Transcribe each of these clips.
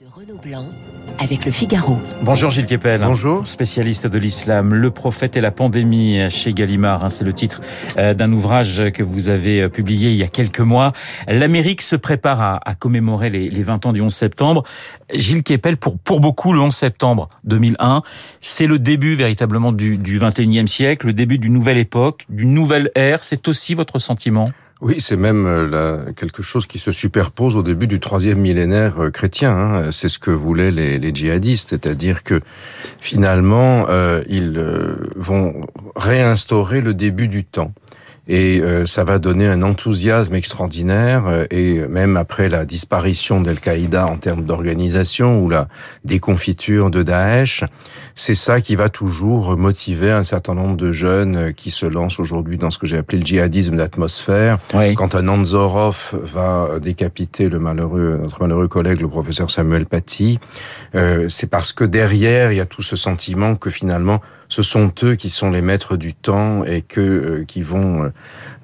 De Renaud Blanc avec Le Figaro. Bonjour Gilles Kepel. Bonjour. Spécialiste de l'islam, Le prophète et la pandémie chez Gallimard. C'est le titre d'un ouvrage que vous avez publié il y a quelques mois. L'Amérique se prépare à commémorer les 20 ans du 11 septembre. Gilles Kepel, pour beaucoup, le 11 septembre 2001, c'est le début véritablement du 21e siècle, le début d'une nouvelle époque, d'une nouvelle ère. C'est aussi votre sentiment ? Oui, c'est même quelque chose qui se superpose au début du 3e millénaire chrétien. C'est ce que voulaient les djihadistes, c'est-à-dire que finalement, ils vont réinstaurer le début du temps. Et ça va donner un enthousiasme extraordinaire, et même après la disparition d'Al-Qaïda en termes d'organisation ou la déconfiture de Daesh, c'est ça qui va toujours motiver un certain nombre de jeunes qui se lancent aujourd'hui dans ce que j'ai appelé le djihadisme d'atmosphère. Oui. Quand un Anzorov va décapiter notre malheureux collègue, le professeur Samuel Paty, c'est parce que derrière, il y a tout ce sentiment que finalement, ce sont eux qui sont les maîtres du temps et qui vont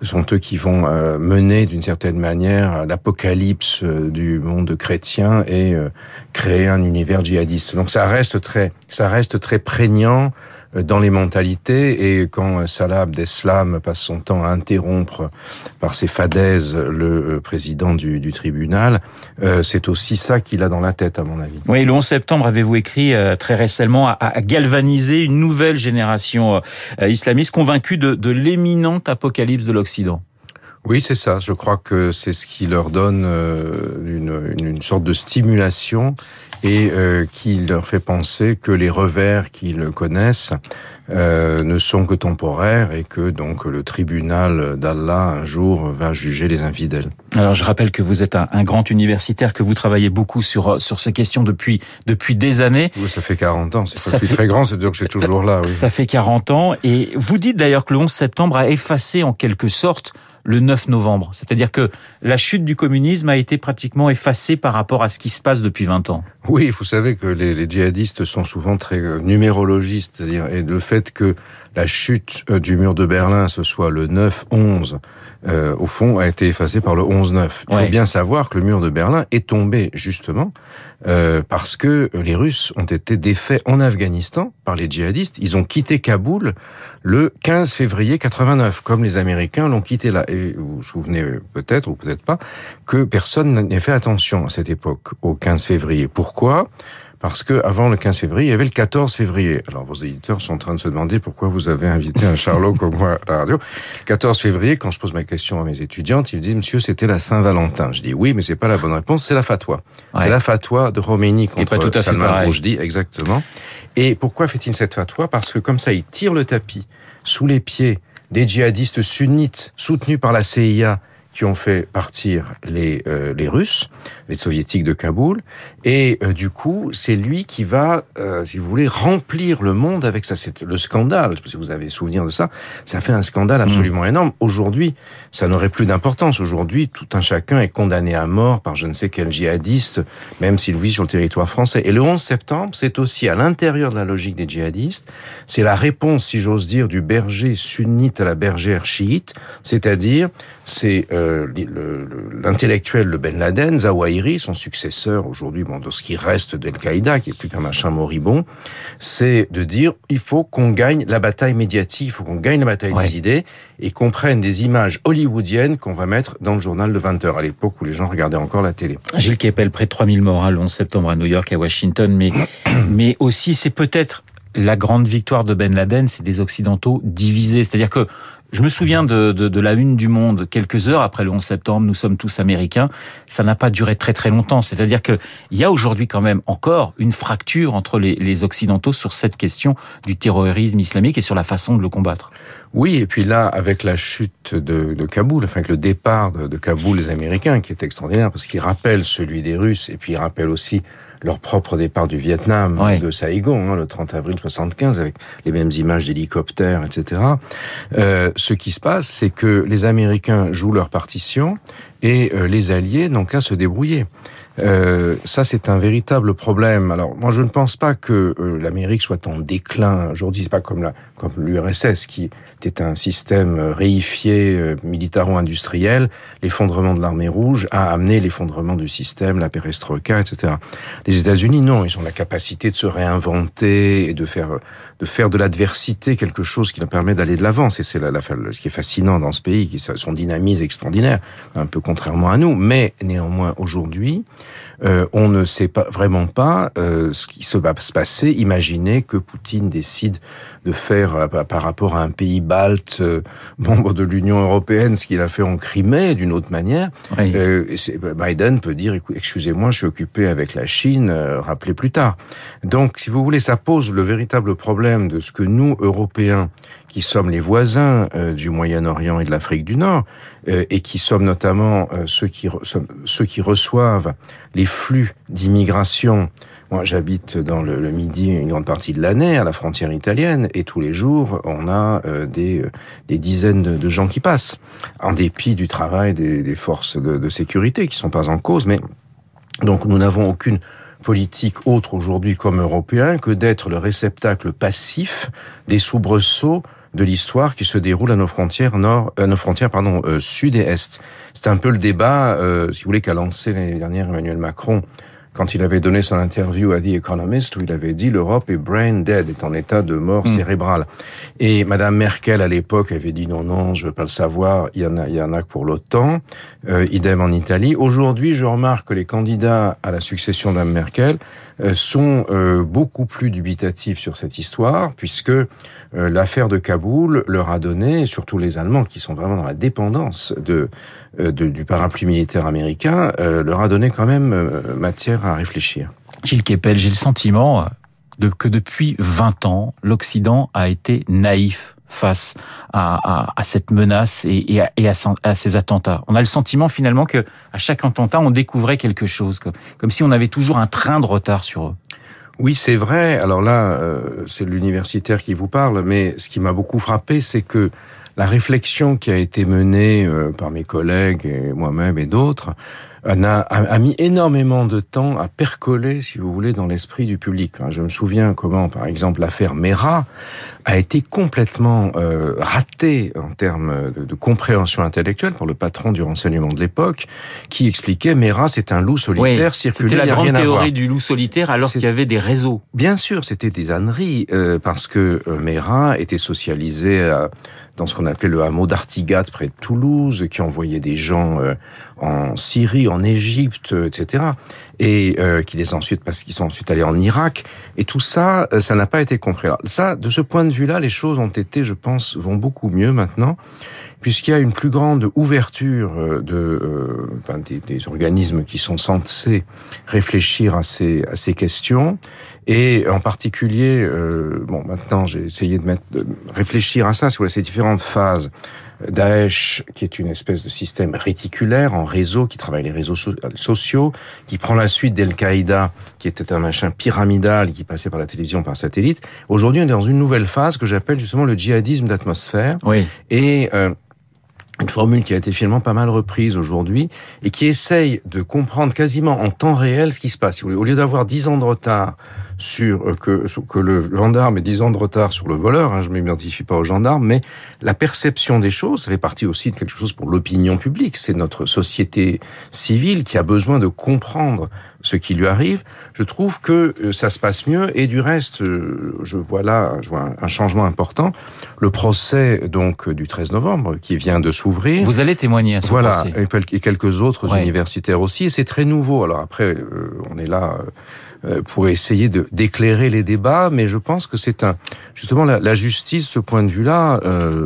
mener d'une certaine manière l'apocalypse du monde chrétien et créer un univers djihadiste. Donc ça reste très prégnant dans les mentalités, et quand Salah Abdeslam passe son temps à interrompre par ses fadaises le président du tribunal, c'est aussi ça qu'il a dans la tête, à mon avis. Oui, le 11 septembre, avez-vous écrit très récemment, à galvaniser une nouvelle génération islamiste convaincue de l'éminente apocalypse de l'Occident. Oui, c'est ça. Je crois que c'est ce qui leur donne une sorte de stimulation et qui leur fait penser que les revers qu'ils connaissent ne sont que temporaires, et que donc le tribunal d'Allah un jour va juger les infidèles. Alors je rappelle que vous êtes un grand universitaire, que vous travaillez beaucoup sur ces questions depuis des années. Oui, ça fait 40 ans. C'est pas que je suis très grand, c'est-à-dire que je suis toujours là. Oui. Ça fait 40 ans, et vous dites d'ailleurs que le 11 septembre a effacé en quelque sorte le 9 novembre. C'est-à-dire que la chute du communisme a été pratiquement effacée par rapport à ce qui se passe depuis 20 ans. Oui, vous savez que les djihadistes sont souvent très numérologistes, c'est-à-dire, et le fait que la chute du mur de Berlin, ce soit le 9-11, au fond, a été effacée par le 11-9. Il faut bien savoir que le mur de Berlin est tombé, justement, parce que les Russes ont été défaits en Afghanistan par les djihadistes. Ils ont quitté Kaboul le 15 février 89, comme les Américains l'ont quitté là. Et vous vous souvenez peut-être, ou peut-être pas, que personne n'a fait attention à cette époque, au 15 février. Pourquoi ? Parce que avant le 15 février, il y avait le 14 février. Alors, vos éditeurs sont en train de se demander pourquoi vous avez invité un charlot comme moi à la radio. Le 14 février, quand je pose ma question à mes étudiantes, ils me disent, monsieur, c'était la Saint-Valentin. Je dis oui, mais c'est pas la bonne réponse, c'est la fatwa. Ouais. C'est la fatwa de Khomeini contre Salman Rushdie, exactement. Et pourquoi fait-il cette fatwa ? Parce que comme ça, il tire le tapis sous les pieds des djihadistes sunnites soutenus par la CIA, qui ont fait partir les Russes, les Soviétiques de Kaboul, et du coup, c'est lui qui va, si vous voulez, remplir le monde avec ça. C'est le scandale, si vous avez souvenir de ça, ça fait un scandale absolument énorme. Aujourd'hui, ça n'aurait plus d'importance. Aujourd'hui, tout un chacun est condamné à mort par je ne sais quel djihadiste, même s'il vit sur le territoire français. Et le 11 septembre, c'est aussi à l'intérieur de la logique des djihadistes, c'est la réponse, si j'ose dire, du berger sunnite à la bergère chiite, c'est-à-dire, c'est l'intellectuel le Ben Laden, Zawahiri, son successeur aujourd'hui, dans ce qui reste d'Al-Qaïda, qui est plus qu'un machin moribond, c'est de dire, il faut qu'on gagne la bataille médiatique, il faut qu'on gagne la bataille des idées, et qu'on prenne des images hollywoodiennes qu'on va mettre dans le journal de 20h, à l'époque où les gens regardaient encore la télé. Gilles Kepel, près de 3000 morts, le 11 septembre à New York, à Washington, mais aussi, c'est peut-être la grande victoire de Ben Laden, c'est des Occidentaux divisés. C'est-à-dire que je me souviens de la une du Monde, quelques heures après le 11 septembre, nous sommes tous américains. Ça n'a pas duré très très longtemps. C'est-à-dire que il y a aujourd'hui quand même encore une fracture entre les Occidentaux sur cette question du terrorisme islamique et sur la façon de le combattre. Oui, et puis là, avec la chute de Kaboul, enfin avec le départ de Kaboul des Américains, qui est extraordinaire, parce qu'il rappelle celui des Russes, et puis il rappelle aussi leur propre départ du Vietnam, de Saïgon, le 30 avril 75, avec les mêmes images d'hélicoptères, etc. Ce qui se passe, c'est que les Américains jouent leur partition et les Alliés n'ont qu'à se débrouiller. Ça, c'est un véritable problème. Alors, moi, je ne pense pas que l'Amérique soit en déclin. Aujourd'hui, c'est pas comme l'URSS, qui était un système réifié, militaro-industriel. L'effondrement de l'armée rouge a amené l'effondrement du système, la perestroïka, etc. Les États-Unis, non, ils ont la capacité de se réinventer et de faire de l'adversité quelque chose qui leur permet d'aller de l'avant. C'est ce qui est fascinant dans ce pays, son dynamisme extraordinaire, un peu contrairement à nous. Mais néanmoins, aujourd'hui, on ne sait vraiment pas ce qui va se passer. Imaginez que Poutine décide de faire, par rapport à un pays balte, membre de l'Union européenne, ce qu'il a fait en Crimée, d'une autre manière. Oui. Biden peut dire, excusez-moi, je suis occupé avec la Chine, rappelez plus tard. Donc, si vous voulez, ça pose le véritable problème de ce que nous, Européens, qui sommes les voisins du Moyen-Orient et de l'Afrique du Nord, et qui sommes notamment ceux qui reçoivent les flux d'immigration. Moi, j'habite dans le Midi une grande partie de l'année, à la frontière italienne, et tous les jours, on a des dizaines de gens qui passent, en dépit du travail des forces de sécurité, qui sont pas en cause. Mais donc, nous n'avons aucune politique autre aujourd'hui comme Européens que d'être le réceptacle passif des soubresauts de l'histoire qui se déroule à nos frontières sud et est. C'est un peu le débat, si vous voulez, qu'a lancé l'année dernière Emmanuel Macron quand il avait donné son interview à The Economist, où il avait dit l'Europe est brain dead, est en état de mort cérébrale. Et Madame Merkel à l'époque avait dit non, je veux pas le savoir, il y en a que pour l'OTAN, idem en Italie. Aujourd'hui, je remarque que les candidats à la succession de Mme Merkel sont beaucoup plus dubitatifs sur cette histoire, puisque l'affaire de Kaboul leur a donné, et surtout les Allemands qui sont vraiment dans la dépendance du parapluie militaire américain, leur a donné quand même matière à réfléchir. Gilles Kepel, j'ai le sentiment que depuis 20 ans, l'Occident a été naïf face à cette menace et à ces attentats. On a le sentiment finalement que à chaque attentat, on découvrait quelque chose, comme si on avait toujours un train de retard sur eux. Oui, c'est vrai. Alors là, c'est l'universitaire qui vous parle, mais ce qui m'a beaucoup frappé, c'est que la réflexion qui a été menée par mes collègues et moi-même et d'autres a mis énormément de temps à percoler, si vous voulez, dans l'esprit du public. Je me souviens comment, par exemple, l'affaire Mera a été complètement ratée en termes de compréhension intellectuelle par le patron du renseignement de l'époque, qui expliquait Mera, c'est un loup solitaire circulé. C'était la grande théorie du loup solitaire, alors qu'il y avait des réseaux. Bien sûr, c'était des âneries, parce que Mera était socialisé dans ce qu'on appelait le hameau d'Artigat près de Toulouse, qui envoyait des gens en Syrie, en Égypte, etc. Et qu'ils sont ensuite allés en Irak. Et tout ça, ça n'a pas été compris. Alors ça, de ce point de vue-là, les choses ont été, je pense, vont beaucoup mieux maintenant, puisqu'il y a une plus grande ouverture des organismes qui sont censés réfléchir à ces questions. Et en particulier, maintenant j'ai essayé de réfléchir à ça sur ces différentes phases. Daesh, qui est une espèce de système réticulaire en réseau, qui travaille les réseaux sociaux, qui prend la suite d'Al-Qaïda, qui était un machin pyramidal, qui passait par la télévision, par satellite. Aujourd'hui, on est dans une nouvelle phase que j'appelle justement le djihadisme d'atmosphère. Oui. Et une formule qui a été finalement pas mal reprise aujourd'hui et qui essaye de comprendre quasiment en temps réel ce qui se passe. Si vous voulez, au lieu d'avoir 10 ans de retard que le gendarme ait 10 ans de retard sur le voleur, je ne m'identifie pas au gendarme, mais la perception des choses, ça fait partie aussi de quelque chose pour l'opinion publique. C'est notre société civile qui a besoin de comprendre ce qui lui arrive. Je trouve que ça se passe mieux et du reste, je vois un changement important. Le procès donc du 13 novembre qui vient de s'ouvrir. Vous allez témoigner à ce procès. Voilà, et quelques autres universitaires aussi. Et c'est très nouveau. Alors après, on est là pour essayer d'éclairer les débats, mais je pense que c'est justement la justice, ce point de vue-là,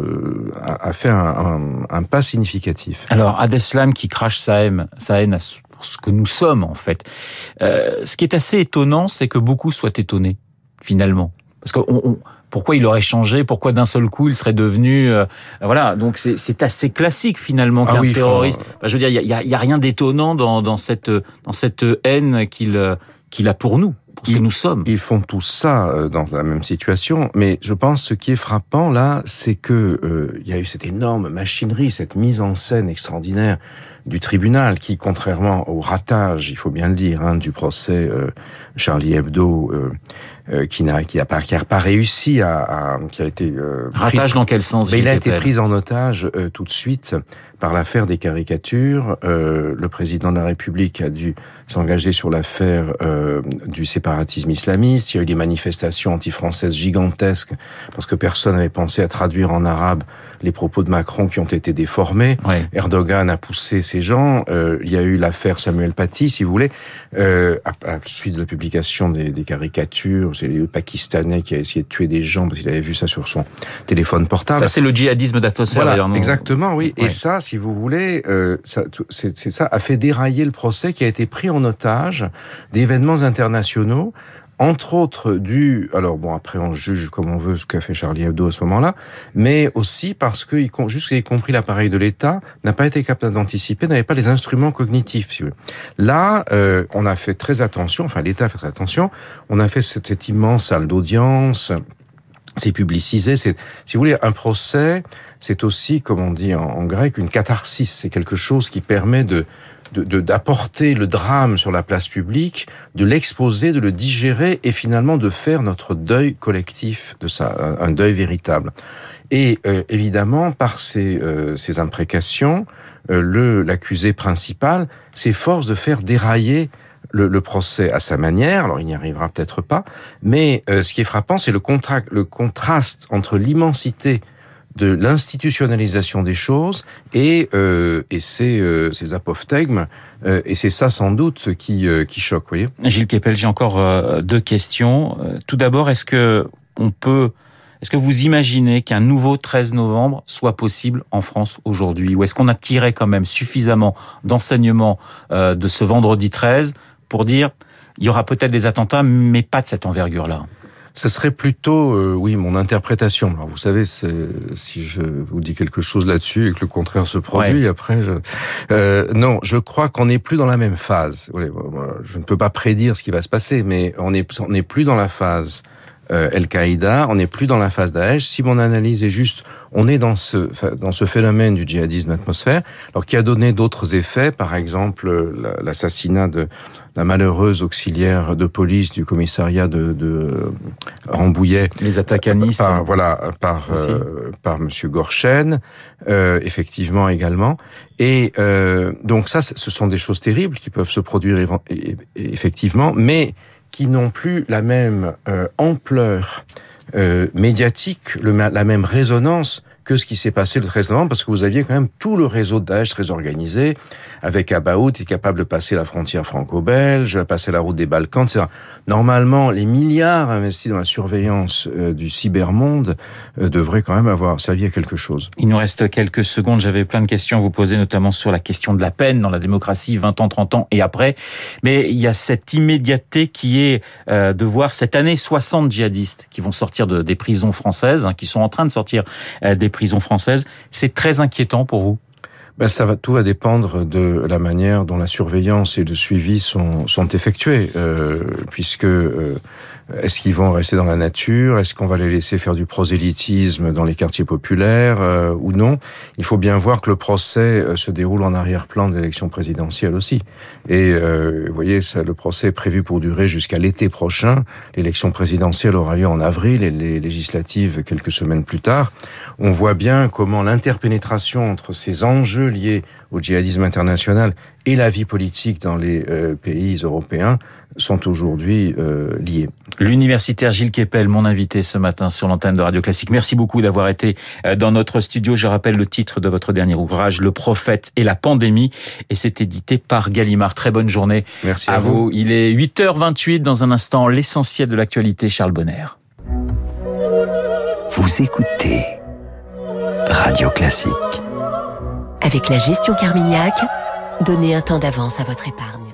a fait un pas significatif. Alors, Abdeslam qui crache sa haine à ce que nous sommes, en fait. Ce qui est assez étonnant, c'est que beaucoup soient étonnés, finalement. Parce que pourquoi il aurait changé? Pourquoi d'un seul coup il serait devenu voilà? Donc c'est assez classique finalement qu'un terroriste. Je veux dire, il y a rien d'étonnant dans cette haine qu'il a pour nous. pour ce que nous sommes. Ils font tout ça dans la même situation, mais je pense que ce qui est frappant là, c'est que il y a eu cette énorme machinerie, cette mise en scène extraordinaire du tribunal qui, contrairement au ratage, il faut bien le dire, du procès Charlie Hebdo, qui n'a pas réussi qui a été ratage dans quel sens? Mais il a été pris en otage tout de suite par l'affaire des caricatures. Le président de la République a dû s'engager sur l'affaire du séparatisme islamiste. Il y a eu des manifestations anti-françaises gigantesques parce que personne n'avait pensé à traduire en arabe les propos de Macron qui ont été déformés. Ouais. Erdogan a poussé ces gens. Il y a eu l'affaire Samuel Paty, si vous voulez, à la suite de la publication des caricatures. C'est le Pakistanais qui a essayé de tuer des gens parce qu'il avait vu ça sur son téléphone portable. Ça, c'est le djihadisme d'atmosphère. Voilà, non exactement, oui. Ouais. Et ça, si vous voulez, ça a fait dérailler le procès qui a été pris en otage d'événements internationaux, entre autres alors bon, après on juge comme on veut ce qu'a fait Charlie Hebdo à ce moment-là, mais aussi parce que jusqu'à y compris l'appareil de l'État n'a pas été capable d'anticiper, n'avait pas les instruments cognitifs, si vous voulez. Là, on a fait très attention, enfin l'État a fait très attention, on a fait cette immense salle d'audience. C'est publicisé, si vous voulez, un procès, c'est aussi, comme on dit en grec, une catharsis. C'est quelque chose qui permet d'apporter le drame sur la place publique, de l'exposer, de le digérer et finalement de faire notre deuil collectif de ça, un deuil véritable. Et évidemment, par ces imprécations, l'accusé principal s'efforce de faire dérailler le procès à sa manière. Alors il n'y arrivera peut-être pas, mais ce qui est frappant, c'est le contraste entre l'immensité de l'institutionnalisation des choses et ces apophthegmes, et c'est ça sans doute qui choque, vous voyez. Gilles Kepel, j'ai encore 2 questions. Tout d'abord, est-ce que vous imaginez qu'un nouveau 13 novembre soit possible en France aujourd'hui? Ou est-ce qu'on a tiré quand même suffisamment d'enseignements de ce vendredi 13 pour dire il y aura peut-être des attentats, mais pas de cette envergure-là? Ce serait plutôt, oui, mon interprétation. Alors, vous savez, si je vous dis quelque chose là-dessus et que le contraire se produit, ouais. Après, non, je crois qu'on n'est plus dans la même phase. Je ne peux pas prédire ce qui va se passer, mais on n'est plus dans la phase Al-Qaïda, on n'est plus dans la phase Daesh. Si mon analyse est juste, on est dans ce phénomène du djihadisme d'atmosphère, alors qui a donné d'autres effets, par exemple l'assassinat de la malheureuse auxiliaire de police du commissariat de Rambouillet. Les attaques à Nice. Par monsieur Gorchen, effectivement également. Et donc ça, ce sont des choses terribles qui peuvent se produire effectivement, mais qui n'ont plus la même ampleur médiatique, la même résonance que ce qui s'est passé le 13 novembre, parce que vous aviez quand même tout le réseau de Daesh très organisé, avec Abaout, qui est capable de passer la frontière franco-belge, passer la route des Balkans, etc. Normalement, les milliards investis dans la surveillance du cybermonde devraient quand même avoir servi à quelque chose. Il nous reste quelques secondes, j'avais plein de questions à vous poser, notamment sur la question de la peine dans la démocratie, 20 ans, 30 ans et après. Mais il y a cette immédiateté qui est de voir cette année 60 djihadistes qui vont sortir des prisons françaises, qui sont en train de sortir des prisons françaises. C'est très inquiétant pour vous? Tout va dépendre de la manière dont la surveillance et le suivi sont effectués, puisque est-ce qu'ils vont rester dans la nature? Est-ce qu'on va les laisser faire du prosélytisme dans les quartiers populaires ou non? Il faut bien voir que le procès se déroule en arrière-plan de l'élection présidentielle aussi. Et vous voyez, le procès est prévu pour durer jusqu'à l'été prochain. L'élection présidentielle aura lieu en avril et les législatives quelques semaines plus tard. On voit bien comment l'interpénétration entre ces enjeux liés au djihadisme international et la vie politique dans les pays européens sont aujourd'hui liés. L'universitaire Gilles Kepel, mon invité ce matin sur l'antenne de Radio Classique. Merci beaucoup d'avoir été dans notre studio. Je rappelle le titre de votre dernier ouvrage, Le Prophète et la pandémie, et c'est édité par Gallimard. Très bonne journée. Merci à vous. Il est 8h28. Dans un instant, l'essentiel de l'actualité, Charles Bonner. Vous écoutez Radio Classique. Avec la gestion Carmignac, donnez un temps d'avance à votre épargne.